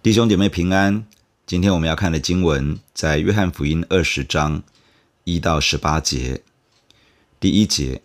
弟兄姐妹平安，今天我们要看的经文在约翰福音20章1到18节。第一节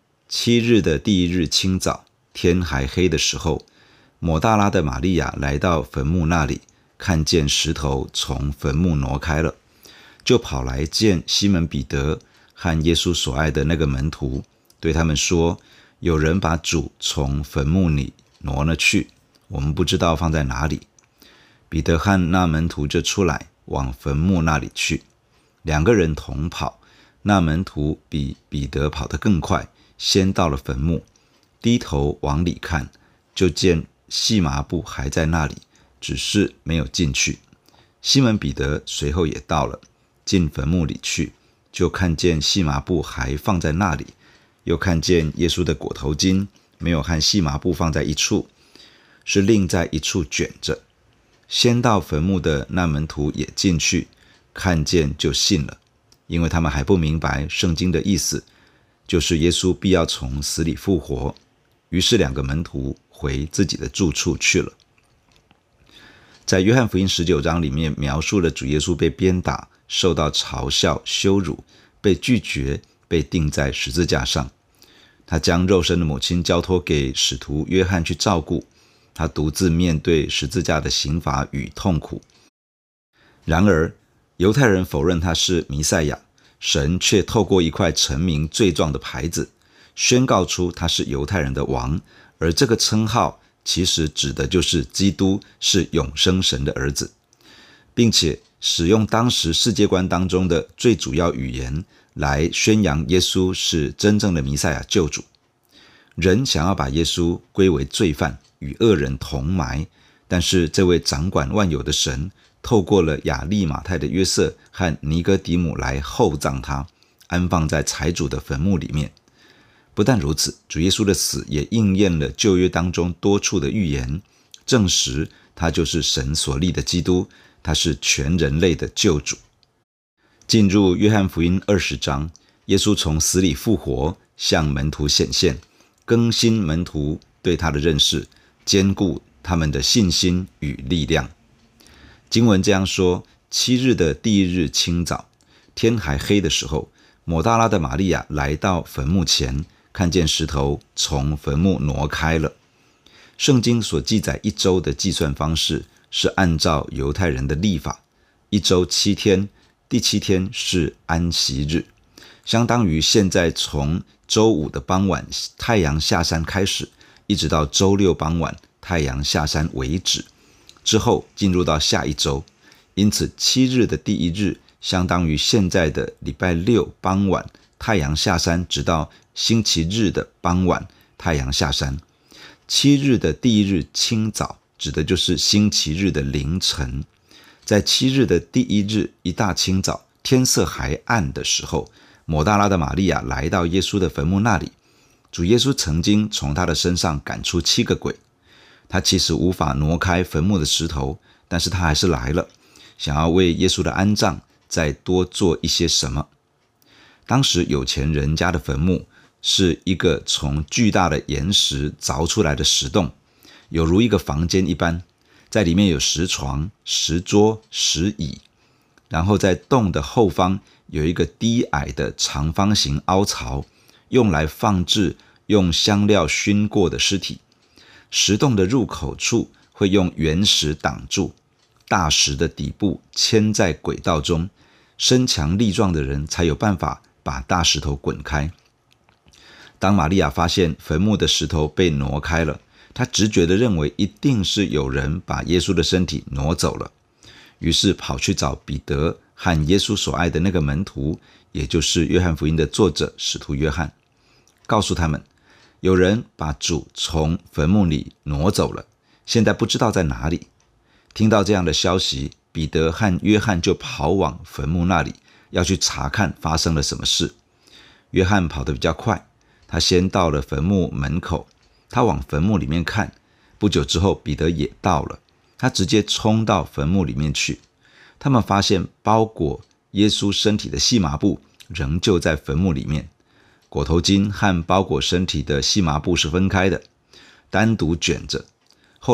，7日的第一日清早，天还黑的时候，抹大拉的玛利亚来到坟墓那里，看见石头从坟墓挪开了，就跑来见西门彼得和耶稣所爱的那个门徒，对他们说，有人把主从坟墓里挪了去，我们不知道放在哪里。彼得和那门徒就出来往坟墓那里去，两个人同跑，那门徒比彼得跑得更快，先到了坟墓，低头往里看，就见细麻布还在那里，只是没有进去。西门彼得随后也到了，进坟墓里去，就看见细麻布还放在那里，又看见耶稣的裹头巾没有和细麻布放在一处，是另在一处卷着。先到坟墓的那门徒也进去，看见就信了，因为他们还不明白圣经的意思，就是耶稣必要从死里复活。于是两个门徒回自己的住处去了。在约翰福音19章里面描述了主耶稣被鞭打，受到嘲笑、羞辱，被拒绝，被钉在十字架上。他将肉身的母亲交托给使徒约翰去照顾，他独自面对十字架的刑罚与痛苦。然而犹太人否认他是弥赛亚，神却透过一块陈明罪状的牌子宣告出他是犹太人的王，而这个称号其实指的就是基督是永生神的儿子，并且使用当时世界观当中的最主要语言来宣扬耶稣是真正的弥赛亚救主。人想要把耶稣归为罪犯，与恶人同埋，但是这位掌管万有的神透过了亚利马太的约瑟和尼哥底母来厚葬他，安放在财主的坟墓里面。不但如此，主耶稣的死也应验了旧约当中多处的预言，证实他就是神所立的基督，他是全人类的救主。进入约翰福音20章，耶稣从死里复活，向门徒显现，更新门徒对他的认识，坚固他们的信心与力量。经文这样说，7日的第一日清早，天还黑的时候，抹大拉的玛利亚来到坟墓前，看见石头从坟墓挪开了。圣经所记载一周的计算方式是按照犹太人的历法，一周7天，第7天是安息日，相当于现在从周5的傍晚太阳下山开始，一直到周6傍晚太阳下山为止，之后进入到下一周。因此7日的第一日相当于现在的礼拜6傍晚太阳下山，直到星期日的傍晚太阳下山。7日的第一日清早指的就是星期日的凌晨。在7日的第一日一大清早，天色还暗的时候，抹大拉的玛利亚来到耶稣的坟墓那里。主耶稣曾经从他的身上赶出7个鬼，他其实无法挪开坟墓的石头，但是他还是来了，想要为耶稣的安葬再多做一些什么。当时有钱人家的坟墓是一个从巨大的岩石凿出来的石洞，有如一个房间一般，在里面有石床、石桌、石椅，然后在洞的后方有一个低矮的长方形凹槽，用来放置用香料熏过的尸体。石洞的入口处会用原石挡住，大石的底部嵌在轨道中，身强力壮的人才有办法把大石头滚开。当玛利亚发现坟墓的石头被挪开了，她直觉地认为一定是有人把耶稣的身体挪走了，于是跑去找彼得和耶稣所爱的那个门徒，也就是约翰福音的作者使徒约翰，告诉他们，有人把主从坟墓里挪走了，现在不知道在哪里。听到这样的消息，彼得和约翰就跑往坟墓那里，要去查看发生了什么事。约翰跑得比较快，他先到了坟墓门口，他往坟墓里面看。不久之后，彼得也到了，他直接冲到坟墓里面去。他们发现包裹耶稣身体的细麻布仍旧在坟墓里面，裹头巾和包裹身体的细麻布是分开的，单独卷着。后来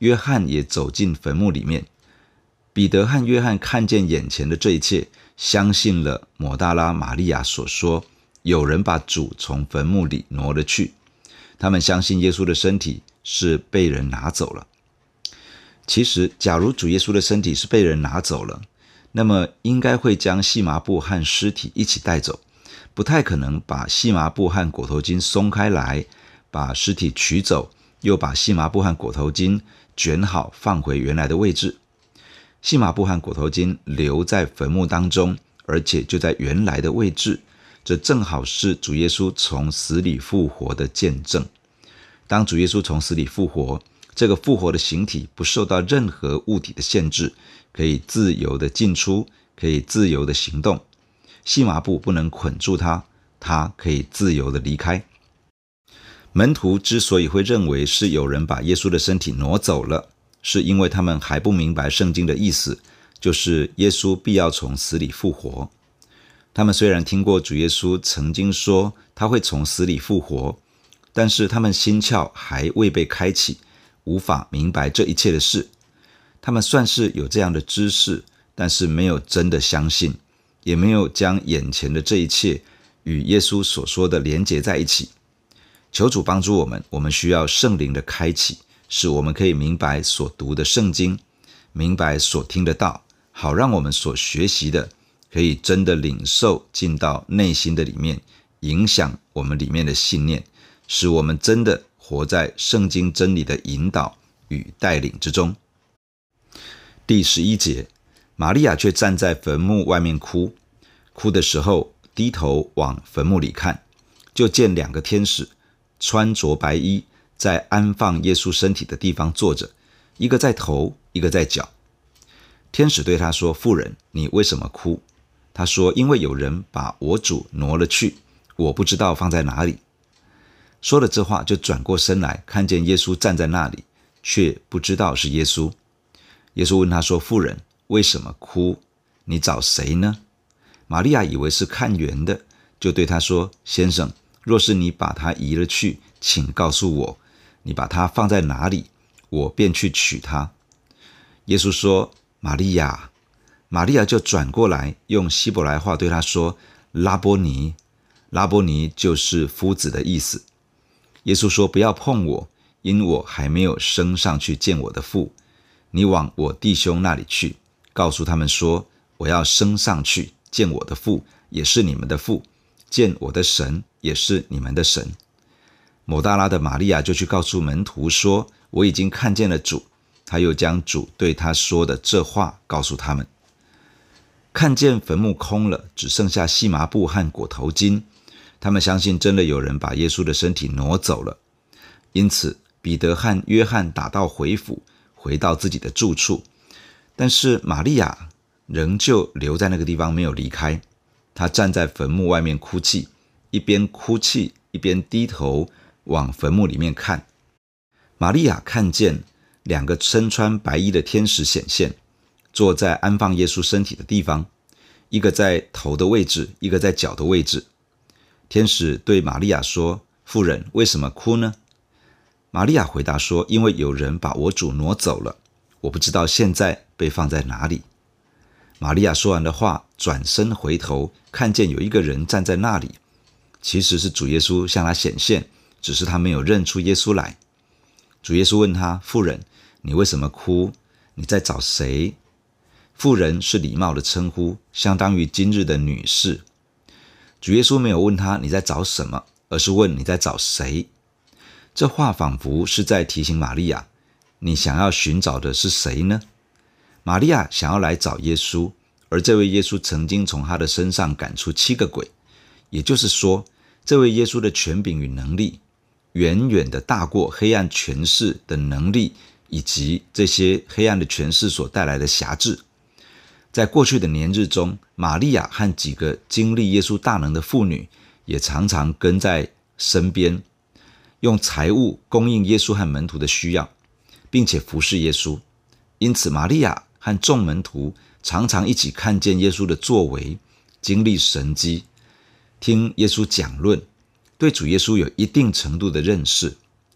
约翰也走进坟墓里面。彼得和约翰看见眼前的这一切，相信了抹大拉玛利亚所说有人把主从坟墓里挪了去。他们相信耶稣的身体是被人拿走了。其实假如主耶稣的身体是被人拿走了，那么应该会将细麻布和尸体一起带走，不太可能把细麻布和裹头巾松开来，把尸体取走，又把细麻布和裹头巾卷好放回原来的位置。细麻布和裹头巾留在坟墓当中，而且就在原来的位置，这正好是主耶稣从死里复活的见证。当主耶稣从死里复活，这个复活的形体不受到任何物体的限制，可以自由的进出，可以自由的行动。细麻布不能捆住它，它可以自由的离开。门徒之所以会认为是有人把耶稣的身体挪走了，是因为他们还不明白圣经的意思，就是耶稣必要从死里复活。他们虽然听过主耶稣曾经说他会从死里复活，但是他们心窍还未被开启，无法明白这一切的事。他们算是有这样的知识，但是没有真的相信，也没有将眼前的这一切与耶稣所说的连结在一起。求主帮助我们，我们需要圣灵的开启，使我们可以明白所读的圣经，明白所听的道，好让我们所学习的可以真的领受进到内心的里面，影响我们里面的信念，使我们真的活在圣经真理的引导与带领之中。第11节，玛利亚却站在坟墓外面哭，哭的时候低头往坟墓里看，就见2个天使穿着白衣，在安放耶稣身体的地方坐着，一个在头，一个在脚。天使对他说：妇人，你为什么哭？他说：因为有人把我主挪了去，我不知道放在哪里。说了这话，就转过身来，看见耶稣站在那里，却不知道是耶稣。耶稣问他说：妇人，为什么哭？你找谁呢？玛利亚以为是看园的，就对他说：先生，若是你把他移了去，请告诉我，你把他放在哪里，我便去取他。耶稣说：玛利亚。玛利亚就转过来，用希伯来话对他说：拉波尼。拉波尼就是夫子的意思。耶稣说：不要碰我，因我还没有升上去见我的父。你往我弟兄那里去，告诉他们说，我要升上去见我的父，也是你们的父，见我的神，也是你们的神。抹大拉的玛利亚就去告诉门徒说，我已经看见了主。他又将主对他说的这话告诉他们。看见坟墓空了，只剩下细麻布和裹头巾，他们相信真的有人把耶稣的身体挪走了。因此彼得和约翰打道回府，回到自己的住处。但是玛利亚仍旧留在那个地方，没有离开。她站在坟墓外面哭泣，一边哭泣一边低头往坟墓里面看。玛利亚看见2个身穿白衣的天使显现，坐在安放耶稣身体的地方，一个在头的位置，一个在脚的位置。天使对玛利亚说：妇人，为什么哭呢？玛利亚回答说：因为有人把我主挪走了，我不知道现在被放在哪里。玛利亚说完的话，转身回头，看见有一个人站在那里，其实是主耶稣向他显现，只是他没有认出耶稣来。主耶稣问他：妇人，你为什么哭？你在找谁？妇人是礼貌的称呼，相当于今日的女士。主耶稣没有问他你在找什么，而是问你在找谁。这话仿佛是在提醒玛利亚，你想要寻找的是谁呢？玛利亚想要来找耶稣，而这位耶稣曾经从他的身上赶出7个鬼，也就是说，这位耶稣的权柄与能力远远的大过黑暗权势的能力，以及这些黑暗的权势所带来的辖制。在过去的年日中，玛利亚和几个经历耶稣大能的妇女也常常跟在身边，用财物供应耶稣和门徒的需要，并且服侍耶稣。因此玛利亚和众门徒常常一起看见耶稣的作为，经历神迹，听耶稣讲论，对主耶稣有一定程度的认识。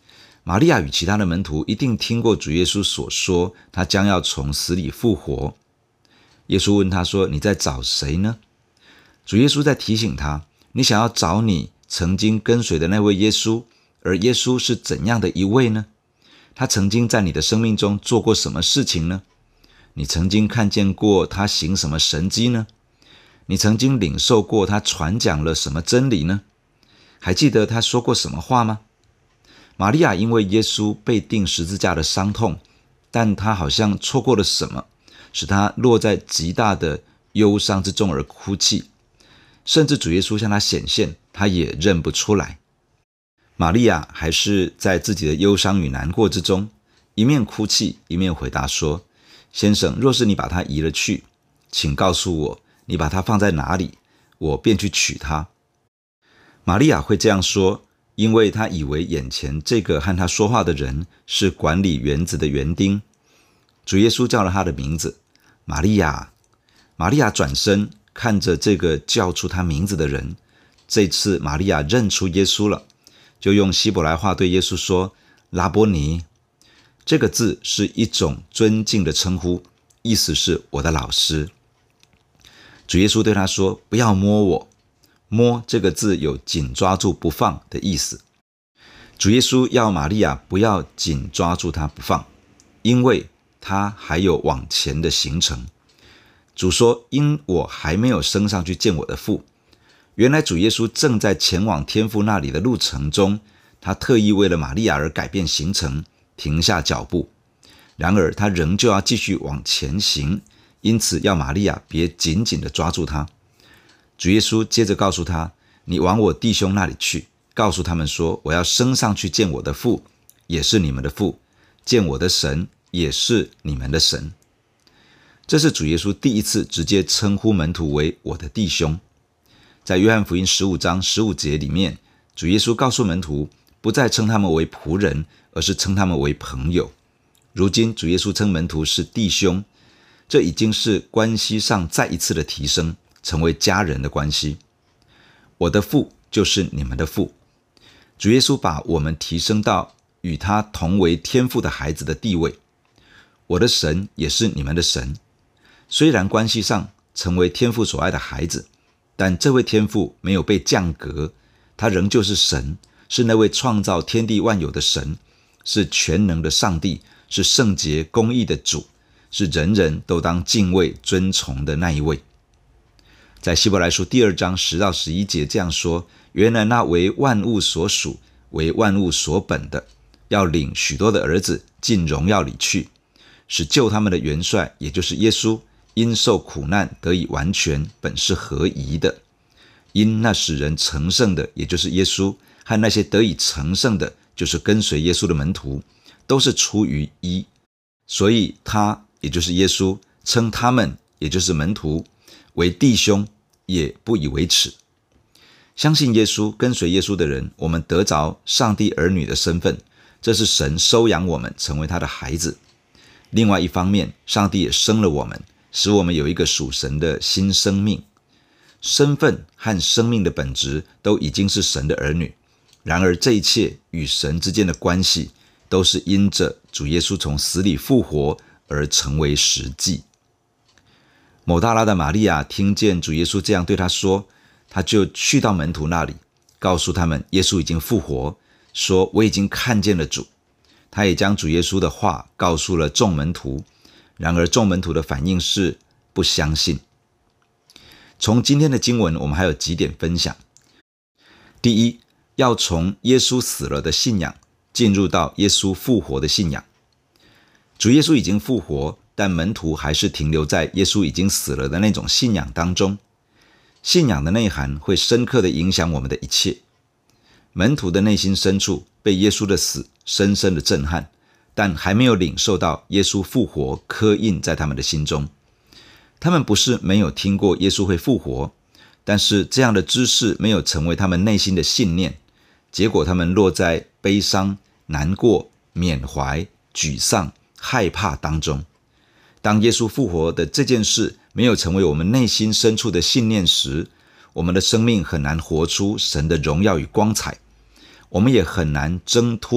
玛利亚与其他的门徒一定听过主耶稣所说他将要从死里复活。耶稣问他说，你在找谁呢？主耶稣在提醒他，你想要找你曾经跟随的那位耶稣，而耶稣是怎样的一位呢？他曾经在你的生命中做过什么事情呢？你曾经看见过他行什么神迹呢？你曾经领受过他传讲了什么真理呢？还记得他说过什么话吗？玛利亚因为耶稣被钉十字架的伤痛，但他好像错过了什么，使他落在极大的忧伤之中而哭泣，甚至主耶稣向他显现，他也认不出来。玛利亚还是在自己的忧伤与难过之中，一面哭泣，一面回答说，先生，若是你把他移了去，请告诉我，你把他放在哪里，我便去取他。玛利亚会这样说，因为他以为眼前这个和他说话的人是管理园子的园丁。主耶稣叫了他的名字，玛利亚。玛利亚转身看着这个叫出他名字的人，这次玛利亚认出耶稣了，就用希伯来话对耶稣说，拉波尼。这个字是一种尊敬的称呼，意思是我的老师。主耶稣对他说，不要摸我。摸这个字有紧抓住不放的意思。主耶稣要玛利亚不要紧抓住他不放，因为他还有往前的行程。主说，因我还没有升上去见我的父。原来主耶稣正在前往天父那里的路程中，他特意为了玛利亚而改变行程，停下脚步。然而他仍旧要继续往前行，因此要玛利亚别紧紧地抓住他。主耶稣接着告诉他，你往我弟兄那里去，告诉他们说，我要升上去见我的父，也是你们的父，见我的神，也是你们的神。这是主耶稣第一次直接称呼门徒为我的弟兄。在约翰福音15章15节里面，主耶稣告诉门徒，不再称他们为仆人，而是称他们为朋友。如今主耶稣称门徒是弟兄，这已经是关系上再一次的提升，成为家人的关系。我的父就是你们的父。主耶稣把我们提升到与他同为天父的孩子的地位。我的神也是你们的神。虽然关系上成为天父所爱的孩子，但这位天父没有被降格，他仍旧是神，是那位创造天地万有的神，是全能的上帝，是圣洁公义的主，是人人都当敬畏尊崇的那一位。在希伯来书2章10到11节这样说，原来那为万物所属，为万物所本的，要领许多的儿子进荣耀里去，使救他们的元帅，也就是耶稣，因受苦难得以完全，本是合宜的。因那使人成圣的，也就是耶稣，和那些得以成圣的，就是跟随耶稣的门徒，都是出于一。所以他，也就是耶稣，称他们，也就是门徒，为弟兄，也不以为耻。相信耶稣、跟随耶稣的人，我们得着上帝儿女的身份，这是神收养我们成为他的孩子。另外一方面，上帝也生了我们，使我们有一个属神的新生命。身份和生命的本质都已经是神的儿女，然而这一切与神之间的关系，都是因着主耶稣从死里复活而成为实际。抹大拉的玛利亚听见主耶稣这样对他说，他就去到门徒那里，告诉他们耶稣已经复活，说我已经看见了主。他也将主耶稣的话告诉了众门徒，然而众门徒的反应是不相信。从今天的经文，我们还有几点分享。第一，要从耶稣死了的信仰进入到耶稣复活的信仰。主耶稣已经复活，但门徒还是停留在耶稣已经死了的那种信仰当中。信仰的内涵会深刻地影响我们的一切。门徒的内心深处被耶稣的死深深的震撼，但还没有领受到耶稣复活刻印在他们的心中。他们不是没有听过耶稣会复活，但是这样的知识没有成为他们内心的信念，结果他们落在悲伤、难过、缅怀、沮丧、害怕当中。当耶稣复活的这件事没有成为我们内心深处的信念时，我们的生命很难活出神的荣耀与光彩，我们也很难挣脱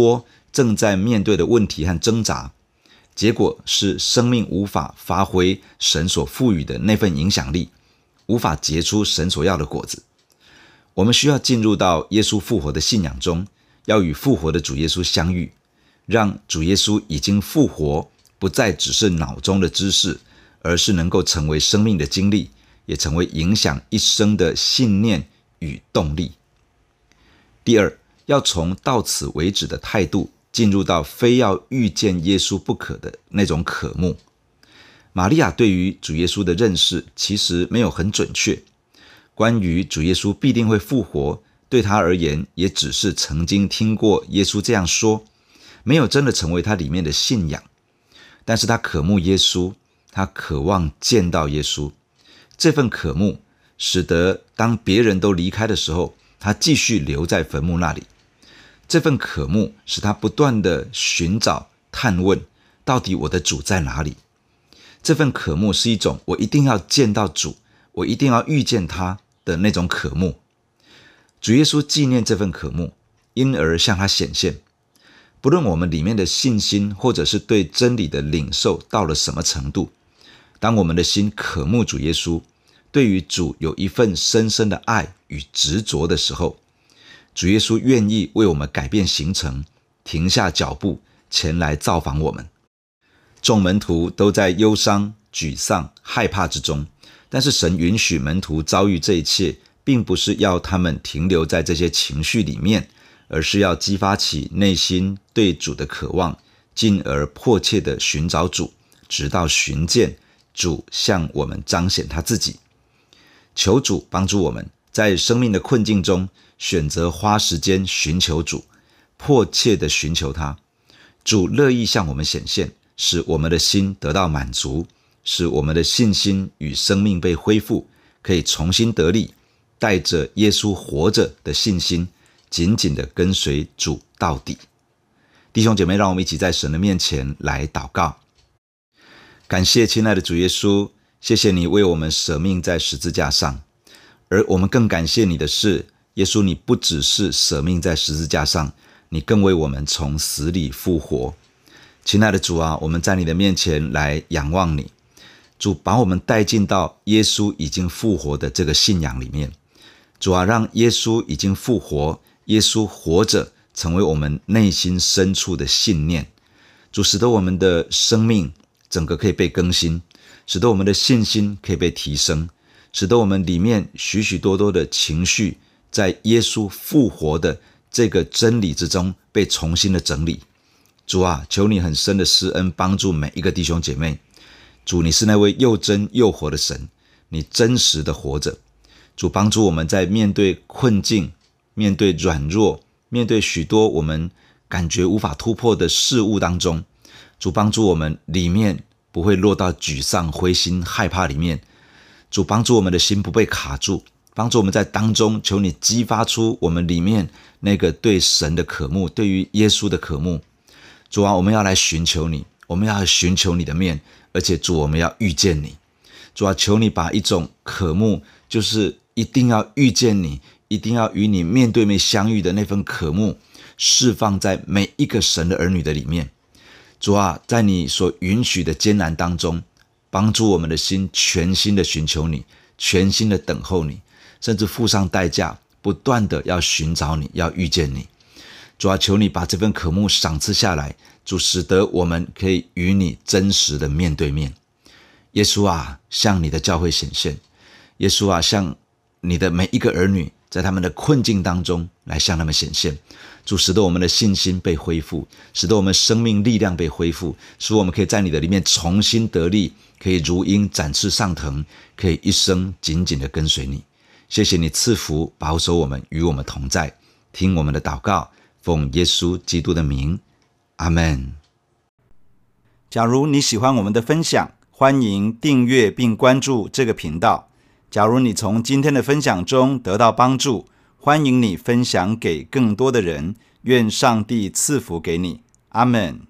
正在面对的问题和挣扎，结果是生命无法发挥神所赋予的那份影响力，无法结出神所要的果子。我们需要进入到耶稣复活的信仰中，要与复活的主耶稣相遇，让主耶稣已经复活不再只是脑中的知识，而是能够成为生命的经历，也成为影响一生的信念与动力。第二，要从到此为止的态度进入到非要遇见耶稣不可的那种渴慕。玛利亚对于主耶稣的认识其实没有很准确，关于主耶稣必定会复活，对他而言也只是曾经听过耶稣这样说，没有真的成为他里面的信仰。但是他渴慕耶稣，他渴望见到耶稣，这份渴慕使得当别人都离开的时候，他继续留在坟墓那里。这份渴慕使他不断的寻找探问，到底我的主在哪里。这份渴慕是一种我一定要见到主，我一定要遇见他的那种渴慕。主耶稣纪念这份渴慕，因而向他显现。不论我们里面的信心或者是对真理的领受到了什么程度，当我们的心渴慕主耶稣，对于主有一份深深的爱与执着的时候，主耶稣愿意为我们改变行程，停下脚步前来造访我们。众门徒都在忧伤、沮丧、害怕之中，但是神允许门徒遭遇这一切，并不是要他们停留在这些情绪里面，而是要激发起内心对主的渴望，进而迫切地寻找主，直到寻见主向我们彰显他自己。求主帮助我们在生命的困境中选择花时间寻求主，迫切地寻求他。主乐意向我们显现，使我们的心得到满足，使我们的信心与生命被恢复，可以重新得力，带着耶稣活着的信心，紧紧地跟随主到底。弟兄姐妹，让我们一起在神的面前来祷告。感谢亲爱的主耶稣，谢谢你为我们舍命在十字架上，而我们更感谢你的是，耶稣你不只是舍命在十字架上，你更为我们从死里复活。亲爱的主啊，我们在你的面前来仰望你，主把我们带进到耶稣已经复活的这个信仰里面。主啊，让耶稣已经复活，耶稣活着，成为我们内心深处的信念。主，使得我们的生命整个可以被更新，使得我们的信心可以被提升，使得我们里面许许多多的情绪在耶稣复活的这个真理之中被重新的整理。主啊，求你很深的施恩，帮助每一个弟兄姐妹。主，你是那位又真又活的神，你真实的活着。主，帮助我们在面对困境、面对软弱、面对许多我们感觉无法突破的事物当中，主帮助我们里面不会落到沮丧、灰心、害怕里面。主帮助我们的心不被卡住，帮助我们在当中，求你激发出我们里面那个对神的渴慕，对于耶稣的渴慕。主啊，我们要来寻求你，我们要寻求你的面，而且主，我们要遇见你。主啊，求你把一种渴慕，就是一定要遇见你，一定要与你面对面相遇的那份渴慕，释放在每一个神的儿女的里面。主啊，在你所允许的艰难当中，帮助我们的心全心的寻求你，全心的等候你，甚至付上代价，不断的要寻找你，要遇见你。主啊，求你把这份渴慕赏赐下来，主，使得我们可以与你真实的面对面。耶稣啊，向你的教会显现。耶稣啊，向你的每一个儿女，在他们的困境当中来向他们显现。主，使得我们的信心被恢复，使得我们生命力量被恢复，使我们可以在你的里面重新得力，可以如鹰展翅上腾，可以一生紧紧的跟随你。谢谢你赐福保守我们，与我们同在，听我们的祷告，奉耶稣基督的名，阿们。假如你喜欢我们的分享，欢迎订阅并关注这个频道。假如你从今天的分享中得到帮助，欢迎你分享给更多的人，愿上帝赐福给你。阿们。